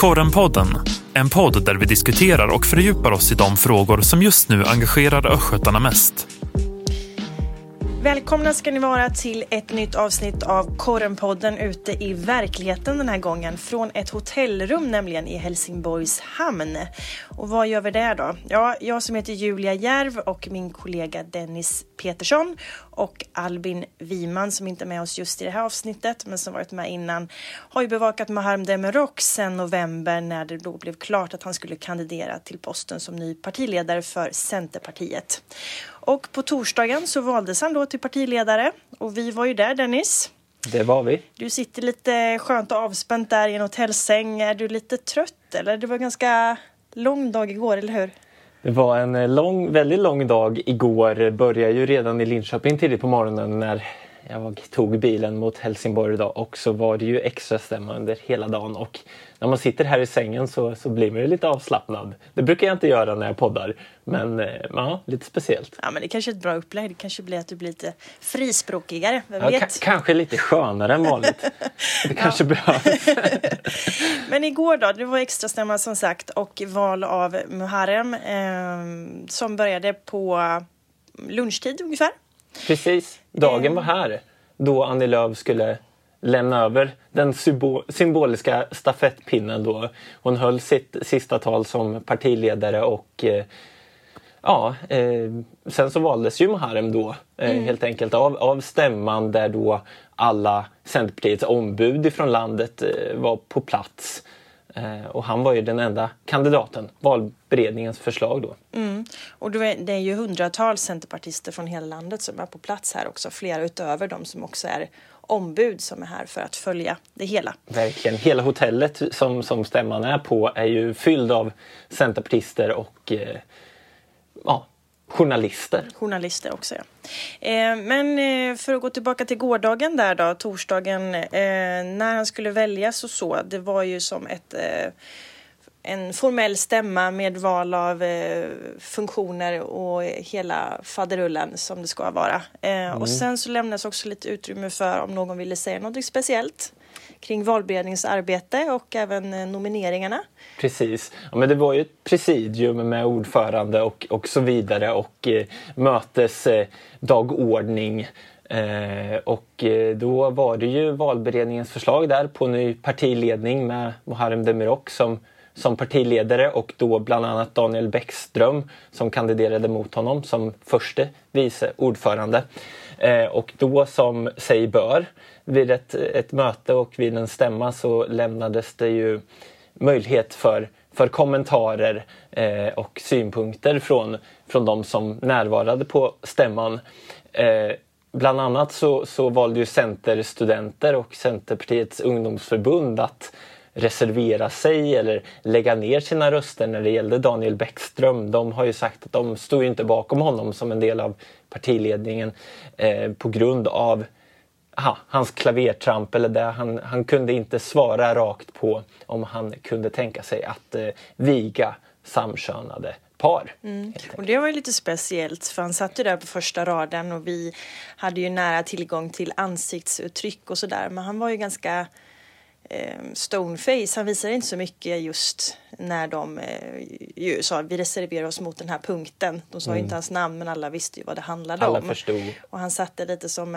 Korrenpodden, en podd där vi diskuterar och fördjupar oss i de frågor som just nu engagerar östgötarna mest. Välkomna ska ni vara till ett nytt avsnitt av Korrenpodden ute i verkligheten den här gången. Från ett hotellrum nämligen i Helsingborgs hamn. Och vad gör vi där då? Ja, jag som heter Julia Järv och min kollega Dennis Petersson och Albin Wiman som inte är med oss just i det här avsnittet men som varit med innan har ju bevakat Muharrem Demirok sedan november när det då blev klart att han skulle kandidera till posten som ny partiledare för Centerpartiet. Och på torsdagen så valdes han då till partiledare och vi var ju där, Dennis. Det var vi. Du sitter lite skönt och avspänt där i en hotellsäng. Är du lite trött eller? Det var en ganska lång dag igår, eller hur? Det var en väldigt lång dag igår. Började ju redan i Linköping tidigt på morgonen när jag tog bilen mot Helsingborg idag. Och så var det ju extra stämma under hela dagen. Och när man sitter här i sängen så blir man ju lite avslappnad. Det brukar jag inte göra när jag poddar. Men ja, lite speciellt. Ja, men det kanske är ett bra upplägg. Det kanske blir att du blir lite frispråkigare. Vem ja, vet? Kanske lite skönare än vanligt. Det kanske behövs. Men igår då, det var extra stämma som sagt. Och val av Muharrem som började på lunchtid ungefär. Precis, dagen var här då Annie Lööf skulle lämna över den symboliska stafettpinnen då. Hon höll sitt sista tal som partiledare och sen så valdes ju Muharrem då helt enkelt av stämman där då alla Centerpartiets ombud ifrån landet var på plats. Och han var ju den enda kandidaten, valberedningens förslag då. Och det är ju hundratals centerpartister från hela landet som är på plats här också. Flera utöver dem som också är ombud som är här för att följa det hela. Verkligen, hela hotellet som stämman är på är ju fylld av centerpartister och journalister. Journalister också, ja. Men för att gå tillbaka till gårdagen där då, torsdagen, när han skulle väljas och så, det var ju som en formell stämma med val av funktioner och hela faderullen som det ska vara. Och sen så lämnas också lite utrymme för om någon ville säga något speciellt kring valberedningens arbete och även nomineringarna. Precis. Ja, men det var ju ett presidium med ordförande och så vidare och mötesdagordning. Och då var det ju valberedningens förslag där på ny partiledning med Muharrem Demirok som partiledare och då bland annat Daniel Bäckström som kandiderade mot honom som förste vice ordförande. Och då som sig bör vid ett möte och vid en stämma så lämnades det ju möjlighet för kommentarer och synpunkter från de som närvarade på stämman. Bland annat så valde ju Centerstudenter och Centerpartiets ungdomsförbund att reservera sig eller lägga ner sina röster när det gällde Daniel Bäckström. De har ju sagt att de stod ju inte bakom honom som en del av partiledningen på grund av hans klavertramp eller det. Han kunde inte svara rakt på om han kunde tänka sig att viga samkönade par. Och det var ju lite speciellt för han satt ju där på första raden och vi hade ju nära tillgång till ansiktsuttryck och sådär, men han var ju ganska stoneface. Han visade inte så mycket just när de sa vi reserverar oss mot den här punkten. De sa ju inte hans namn men alla visste ju vad det handlade om. Alla förstod. Och han satte lite som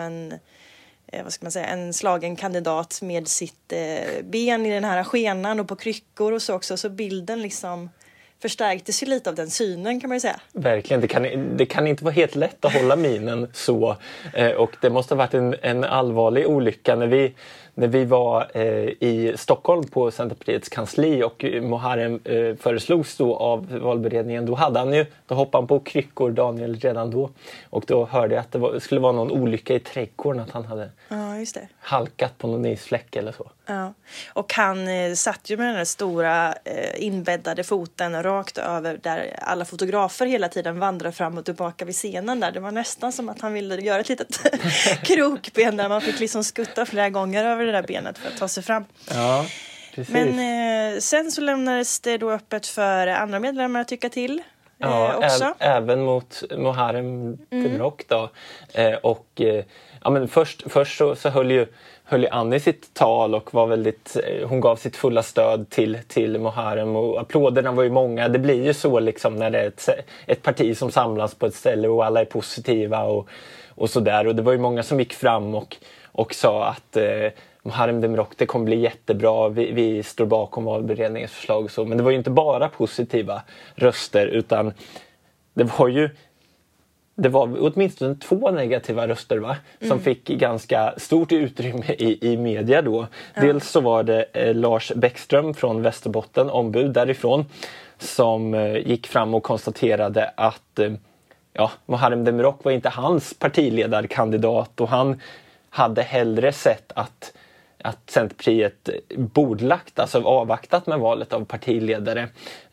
en slagen kandidat med sitt ben i den här skenan och på kryckor och så också. Så bilden liksom förstärktes ju lite av den synen kan man ju säga. Verkligen, det kan inte vara helt lätt att hålla minen så. Och det måste ha varit en allvarlig olycka när vi var i Stockholm på Centerpartiets kansli och Muharrem föreslogs då av valberedningen. Då hoppade han på kryckor, Daniel, redan då. Och då hörde jag att det skulle vara någon olycka i trädgården, att han hade halkat på någon isfläck eller så. Ja. Och han satt ju med den här stora inbäddade foten rakt över där alla fotografer hela tiden vandrar fram och tillbaka vid scenen där. Det var nästan som att han ville göra ett litet krokben där man fick liksom skutta flera gånger över det där benet för att ta sig fram. Ja, precis. Men sen så lämnades det då öppet för andra medlemmar att tycka till. Ja, också. Även mot Muharrem Demirok då. Och ja, men först så höll ju Annie sitt tal och var hon gav sitt fulla stöd till Muharrem, och applåderna var ju många. Det blir ju så liksom när det är ett parti som samlas på ett ställe och alla är positiva och sådär. Och det var ju många som gick fram och sa att Muharrem Demirok, det kommer bli jättebra, vi står bakom valberedningens förslag och så. Men det var ju inte bara positiva röster, utan det var åtminstone 2 negativa röster som fick ganska stort utrymme i media då. Ja. Dels så var det Lars Bäckström från Västerbotten, ombud därifrån, som gick fram och konstaterade att Muharrem Demirok var inte hans partiledarkandidat, och han hade hellre sett att Centerpartiet bordlagt, alltså avvaktat med valet av partiledare,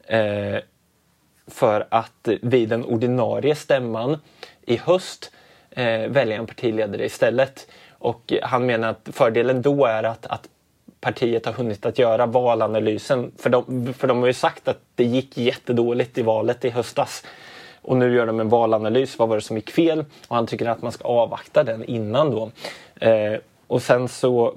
för att vid den ordinarie stämman i höst välja en partiledare istället. Och han menar att fördelen då är att partiet har hunnit att göra valanalysen, för de har ju sagt att det gick jättedåligt i valet i höstas. Och nu gör de en valanalys, vad var det som gick fel? Och han tycker att man ska avvakta den innan då. Och sen så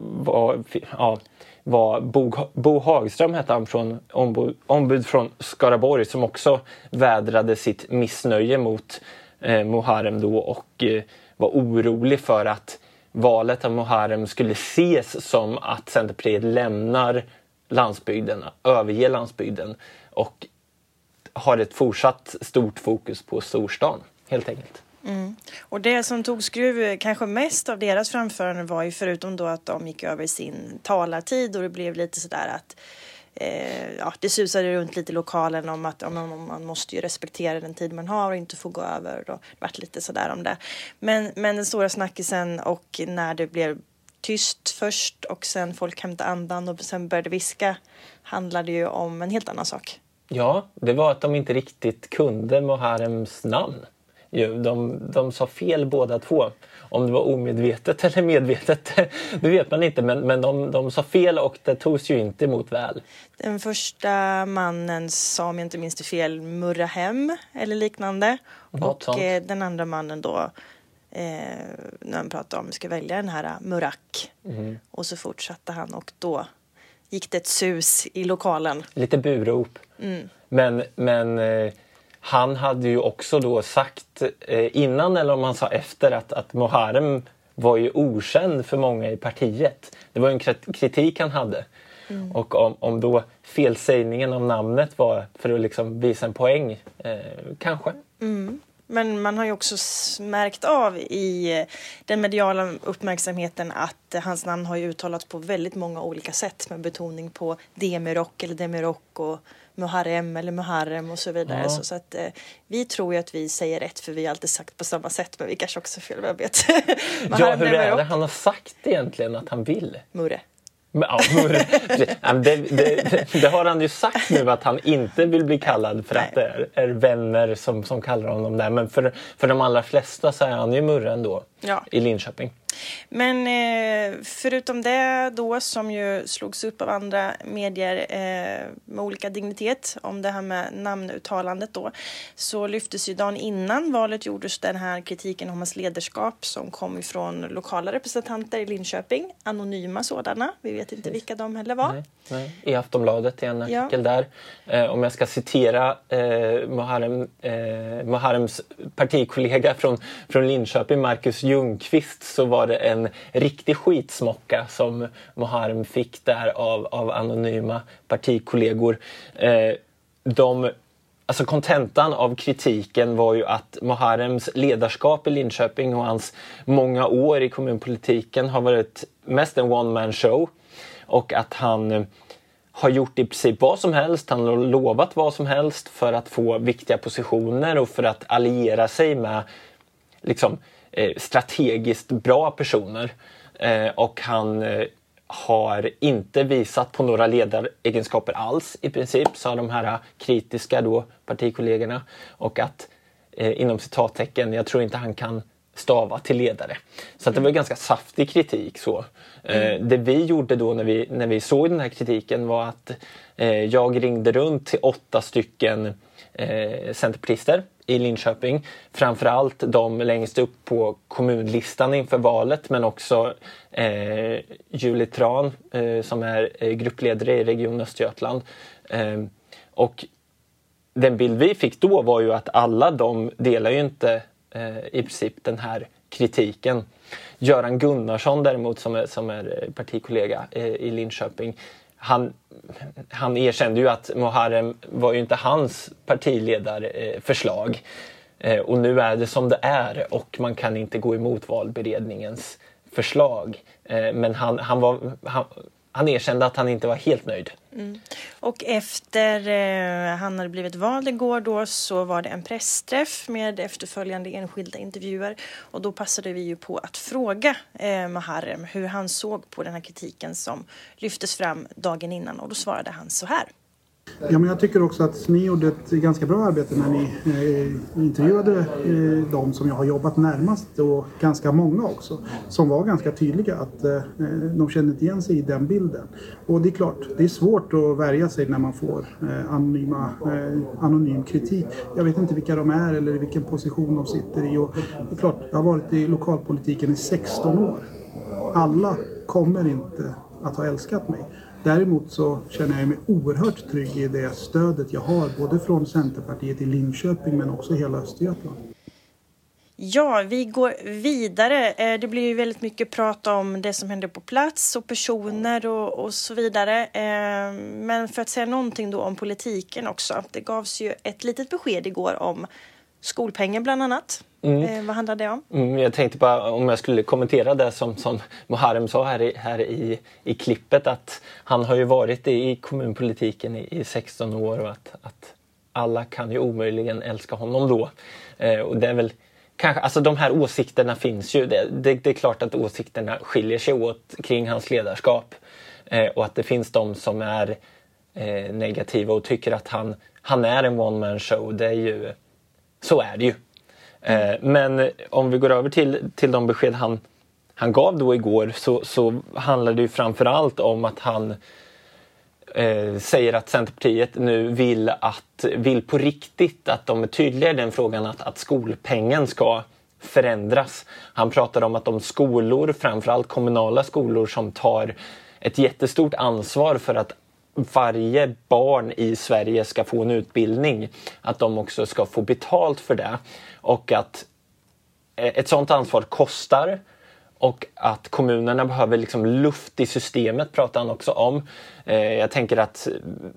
var Bo Hagström, hette han, från ombud från Skaraborg, som också vädrade sitt missnöje mot Muharrem då, och var orolig för att valet av Muharrem skulle ses som att Centerpartiet lämnar landsbygden, överger landsbygden och har ett fortsatt stort fokus på storstan, helt enkelt. Mm. Och det som tog skruv kanske mest av deras framförande var ju, förutom då att de gick över sin talartid, och det blev lite sådär att det susade runt lite i lokalen om att man måste ju respektera den tid man har och inte få gå över, och det vart lite sådär om det. Men den stora snackisen, och när det blev tyst först och sen folk hämtade andan och sen började viska, handlade ju om en helt annan sak. Ja, det var att de inte riktigt kunde Muharrems namn. De sa fel båda två. Om det var omedvetet eller medvetet, det vet man inte. Men de sa fel, och det togs ju inte emot väl. Den första mannen sa, om jag inte minns det fel, Murrahem eller liknande. Och den andra mannen då, när han pratade om att vi ska välja den här Murak. Mm. Och så fortsatte han, och då gick det ett sus i lokalen. Lite burop. Mm. Men han hade ju också då sagt innan, eller om han sa efter, att Muharrem var ju okänd för många i partiet. Det var ju en kritik han hade. Mm. Och om då felsägningen av namnet var för att liksom visa en poäng, kanske. Mm. Men man har ju också märkt av i den mediala uppmärksamheten att hans namn har ju uttalats på väldigt många olika sätt, med betoning på Demirok eller Demirok och Muharrem eller Muharrem och så vidare. Ja. Så att vi tror ju att vi säger rätt, för vi har alltid sagt på samma sätt, men vi kanske också fel, jag vet. Ja, hur är det han har sagt egentligen att han vill? Murre. Ja, det har han ju sagt nu, att han inte vill bli kallad för att det är vänner som kallar honom där. Men för de allra flesta så är han ju Murre ändå, i Linköping. Men förutom det då, som ju slogs upp av andra medier med olika dignitet om det här med namnuttalandet då, så lyftes ju dagen innan valet gjordes den här kritiken om hans ledarskap, som kom ifrån lokala representanter i Linköping, anonyma sådana. Vi vet inte vilka de heller var. Nej. I Aftonbladet, i en artikel där. Om jag ska citera Muharrems partikollega från Linköping, Marcus Ljungqvist, så var det en riktig skitsmocka som Muharrem fick där av anonyma partikollegor. Alltså kontentan av kritiken var ju att Muharrems ledarskap i Linköping och hans många år i kommunpolitiken har varit mest en one-man show, och att han har gjort i princip vad som helst, han har lovat vad som helst för att få viktiga positioner och för att alliera sig med liksom strategiskt bra personer, och han har inte visat på några ledaregenskaper alls i princip, sa de här kritiska då partikollegorna, och att inom citattecken, jag tror inte han kan stava till ledare. Så att det var ganska saftig kritik. Så. Det vi gjorde då när vi såg den här kritiken var att jag ringde runt till 8 stycken centerpartister i Linköping. Framförallt de längst upp på kommunlistan inför valet, men också Julie Tran som är gruppledare i Region Östergötland. Och den bild vi fick då var ju att alla de delar ju inte i princip den här kritiken. Göran Gunnarsson däremot som är partikollega i Linköping, han erkände ju att Muharrem var ju inte hans partiledarförslag. Och nu är det som det är och man kan inte gå emot valberedningens förslag. Men han erkände att han inte var helt nöjd. Och efter han hade blivit vald igår då, så var det en pressträff med efterföljande enskilda intervjuer. Och då passade vi ju på att fråga Muharrem hur han såg på den här kritiken som lyftes fram dagen innan. Och då svarade han så här. Ja, men jag tycker också att ni gjorde ett ganska bra arbete när ni intervjuade de som jag har jobbat närmast, och ganska många också, som var ganska tydliga att de kände inte igen sig i den bilden. Och det är klart, det är svårt att värja sig när man får anonym kritik. Jag vet inte vilka de är eller vilken position de sitter i. Och det är klart, jag har varit i lokalpolitiken i 16 år. Alla kommer inte att ha älskat mig. Däremot så känner jag mig oerhört trygg i det stödet jag har, både från Centerpartiet i Linköping men också i hela Östergötland. Ja, vi går vidare. Det blir ju väldigt mycket prat om det som händer på plats och personer och så vidare. Men för att säga någonting då om politiken också. Det gavs ju ett litet besked igår om skolpengen bland annat. Vad handlar det om? Jag tänkte bara om jag skulle kommentera det som Muharrem sa här i klippet, att han har ju varit i kommunpolitiken i 16 år och att alla kan ju omöjligen älska honom då. Och det är väl kanske, alltså de här åsikterna finns ju. Det är klart att åsikterna skiljer sig åt kring hans ledarskap. Och att det finns de som är negativa och tycker att han är en one-man show. Det är ju, så är det ju. Men om vi går över till de besked han gav då igår, så handlar det ju framförallt om att han säger att Centerpartiet nu vill på riktigt att de är tydliga i den frågan att skolpengen ska förändras. Han pratar om att de skolor, framförallt kommunala skolor, som tar ett jättestort ansvar för att varje barn i Sverige ska få en utbildning, att de också ska få betalt för det, och att ett sådant ansvar kostar och att kommunerna behöver liksom luft i systemet, pratar han också om. Jag tänker att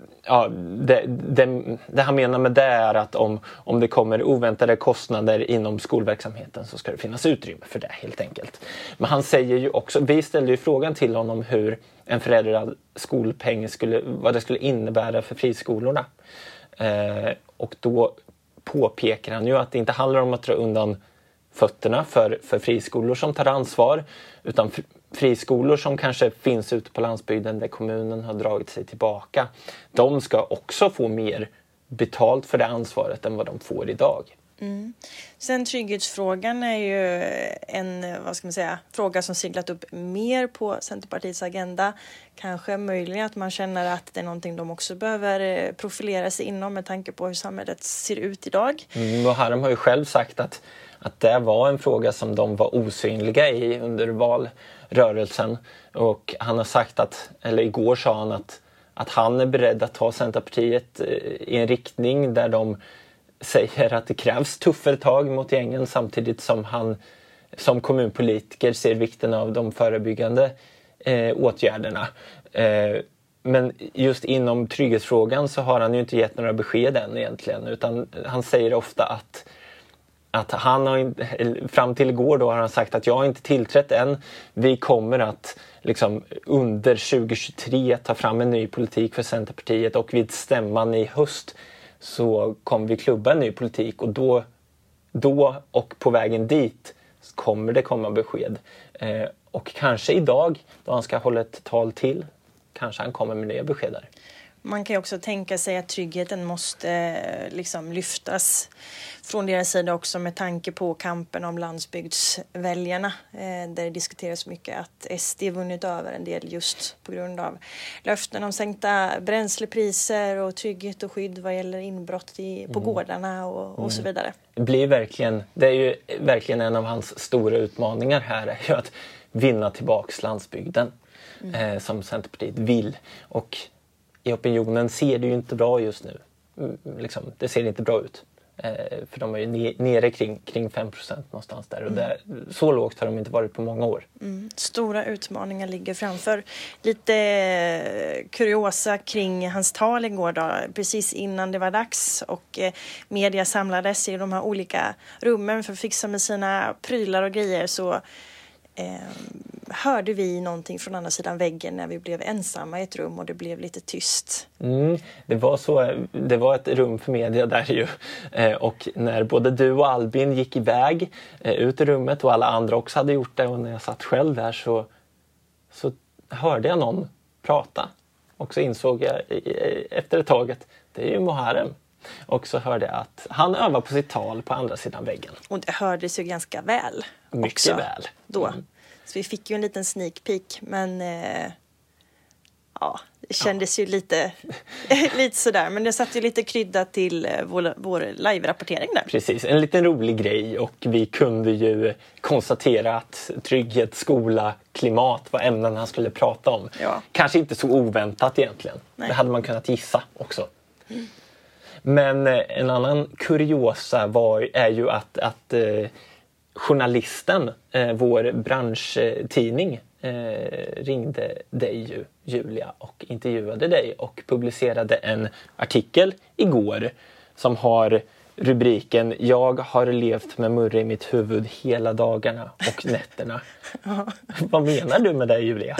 det han menar med det är att om det kommer oväntade kostnader inom skolverksamheten så ska det finnas utrymme för det, helt enkelt. Men han säger ju också, vi ställde ju frågan till honom hur en förändrad skolpeng vad det skulle innebära för friskolorna. Och då påpekar han ju att det inte handlar om att dra undan fötterna för friskolor som tar ansvar, utan friskolor som kanske finns ute på landsbygden där kommunen har dragit sig tillbaka. De ska också få mer betalt för det ansvaret än vad de får idag. Sen trygghetsfrågan är ju en fråga som seglat upp mer på Centerpartiets agenda. Kanske möjligen att man känner att det är någonting de också behöver profilera sig inom med tanke på hur samhället ser ut idag. Muharrem har ju själv sagt att det var en fråga som de var osynliga i under valrörelsen. Och han har sagt igår sa han att han är beredd att ta Centerpartiet i en riktning där de säger att det krävs tuffare tag mot gängen, samtidigt som han som kommunpolitiker ser vikten av de förebyggande åtgärderna. Men just inom trygghetsfrågan så har han ju inte gett några besked än egentligen, utan han säger ofta att han har, fram till igår då har han sagt att jag har inte tillträtt än. Vi kommer att liksom under 2023 ta fram en ny politik för Centerpartiet, och vid stämman i höst så kommer vi klubba en ny politik, och då och på vägen dit kommer det komma besked. Och kanske idag, då han ska hålla ett tal till, kanske han kommer med nya besked där. Man kan ju också tänka sig att tryggheten måste liksom lyftas från deras sida också med tanke på kampen om landsbygdsväljarna. Där det diskuteras mycket att SD vunnit över en del just på grund av löften om sänkta bränslepriser och trygghet och skydd vad gäller inbrott på gårdarna och så vidare. Det är ju verkligen en av hans stora utmaningar här, är ju att vinna tillbaks landsbygden som Centerpartiet vill. Och i opinionen ser det ju inte bra just nu. Det ser inte bra ut. För de är ju nere kring 5% någonstans där. Och så lågt har de inte varit på många år. Stora utmaningar ligger framför. Lite kuriosa kring hans tal igår då. Precis innan det var dags och media samlades i de här olika rummen för att fixa med sina prylar och grejer, så hörde vi någonting från andra sidan väggen när vi blev ensamma i ett rum och det blev lite tyst. Det var ett rum för media där ju. Och när både du och Albin gick iväg ut i rummet och alla andra också hade gjort det, och när jag satt själv där så hörde jag någon prata. Och så insåg jag efter ett tag att det är ju Muharrem. Och så hörde jag att han övar på sitt tal på andra sidan väggen. Och det hördes ju ganska väl. Mycket också väl. Då. Så vi fick ju en liten sneak peek, men det kändes ju lite sådär. Men det satt ju lite krydda till vår live-rapportering där. Precis, en liten rolig grej, och vi kunde ju konstatera att trygghet, skola, klimat var ämnen han skulle prata om. Ja. Kanske inte så oväntat egentligen. Nej. Det hade man kunnat gissa också. Men en annan kuriosa är ju att journalisten, vår branschtidning, ringde dig ju, Julia, och intervjuade dig och publicerade en artikel igår som har rubriken "Jag har levt med Murre i mitt huvud hela dagarna och nätterna". Vad menar du med det, Julia?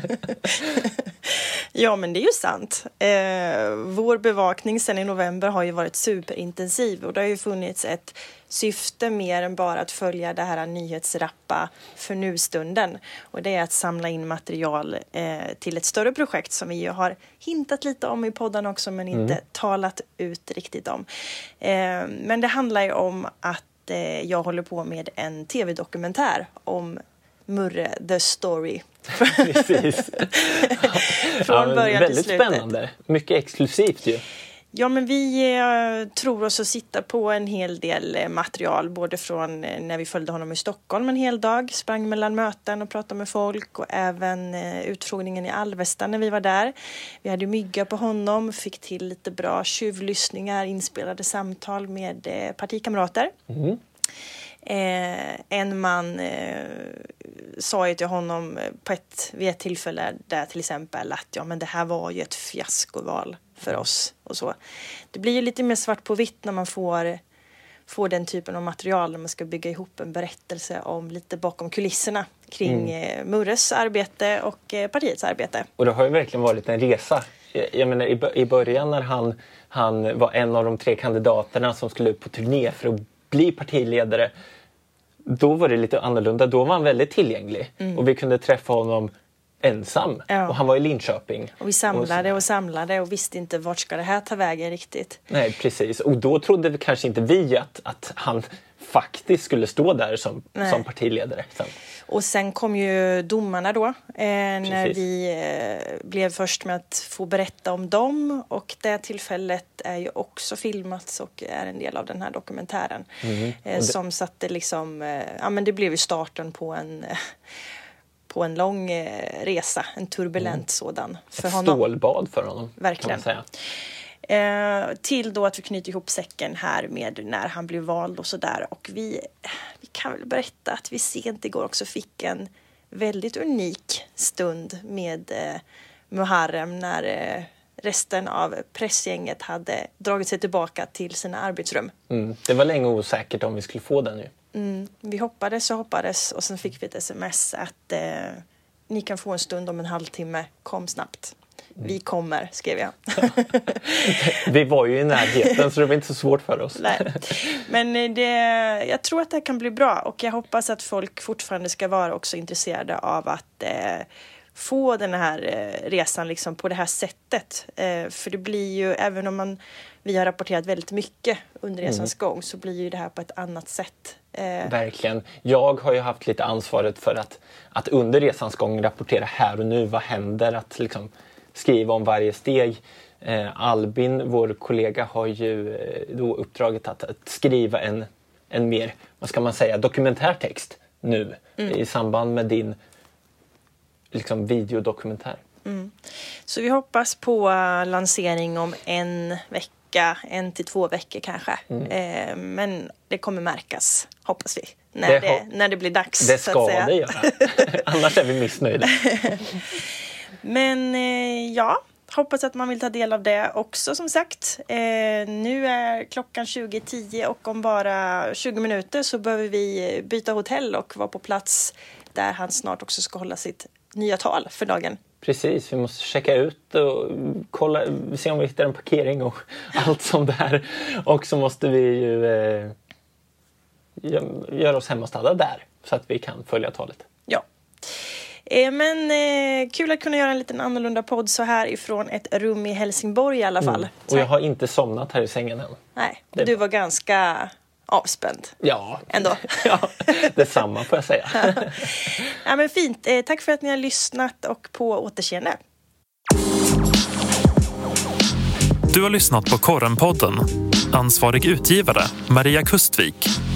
Ja, men det är ju sant. Vår bevakning sedan i november har ju varit superintensiv och det har ju funnits ett syfte mer än bara att följa det här nyhetsrappa för nustunden. Och det är att samla in material till ett större projekt som vi ju har hintat lite om i podden också, men inte talat ut riktigt om. Men det handlar ju om att jag håller på med en tv-dokumentär om Murre the Story. Precis. Från början väldigt till slutet. Spännande. Mycket exklusivt ju. Ja, men vi tror oss att sitta på en hel del material, både från när vi följde honom i Stockholm en hel dag, sprang mellan möten och pratade med folk, och även utfrågningen i Alvesta när vi var där. Vi hade mygga på honom, fick till lite bra tjuvlyssningar, inspelade samtal med partikamrater. En man sa ju till honom vid ett tillfälle där till exempel att men det här var ju ett fiaskoval för oss och så. Det blir ju lite mer svart på vitt när man får den typen av material när man ska bygga ihop en berättelse om lite bakom kulisserna kring Murres arbete och partiets arbete. Och det har ju verkligen varit en resa. Jag menar, i början när han var en av de 3 kandidaterna som skulle på turné för att bli partiledare, då var det lite annorlunda. Då var han väldigt tillgänglig. Och vi kunde träffa honom ensam. Ja. Och han var i Linköping. Och vi samlade och visste inte vart ska det här ta vägen riktigt. Nej, precis. Och då trodde vi kanske inte att han faktiskt skulle stå där som partiledare. Och sen kom ju domarna då. När vi blev först med att få berätta om dem. Och det tillfället är ju också filmat och är en del av den här dokumentären. Som satte liksom... men det blev ju starten på en lång resa. En turbulent sådan. För ett honom. Stålbad för honom. Verkligen. Kan man säga. Till då att vi knyter ihop säcken här med när han blev vald och sådär. Och vi kan väl berätta att vi sent igår också fick en väldigt unik stund med Muharrem när resten av pressgänget hade dragit sig tillbaka till sina arbetsrum. Det var länge osäkert om vi skulle få den nu. Vi hoppades och sen fick vi ett sms att ni kan få en stund om en halvtimme, kom snabbt. Vi kommer, skrev jag. Vi var ju i närheten så det var inte så svårt för oss. Nej. Men jag tror att det kan bli bra och jag hoppas att folk fortfarande ska vara också intresserade av att få den här resan liksom på det här sättet. För det blir ju, även om vi har rapporterat väldigt mycket under resans gång, så blir ju det här på ett annat sätt. Verkligen. Jag har ju haft lite ansvaret för att under resans gång rapportera här och nu. Vad händer? Att liksom skriva om varje steg. Albin, vår kollega, har ju då uppdraget att skriva en mer, vad ska man säga, dokumentärtext nu i samband med din liksom videodokumentär. Så vi hoppas på lansering om 1 vecka, 1 till 2 veckor kanske. Men det kommer märkas, hoppas vi, när det blir dags. Det ska så att säga. det göra. Annars är vi missnöjda. Men hoppas att man vill ta del av det också, som sagt. Nu är klockan 20:10 och om bara 20 minuter så behöver vi byta hotell och vara på plats där han snart också ska hålla sitt nya tal för dagen. Precis, vi måste checka ut och se om vi hittar en parkering och allt sånt där. Och så måste vi ju göra oss hemmastadda där så att vi kan följa talet. Ja. Men kul att kunna göra en liten annorlunda podd så här ifrån ett rum i Helsingborg i alla fall. Och jag har inte somnat här i sängen än. Nej, du var ganska avspänd. Ja, ändå. Ja, detsamma får jag säga. Ja, men fint. Tack för att ni har lyssnat och på återseende. Du har lyssnat på Korrenpodden. Ansvarig utgivare Maria Kustvik.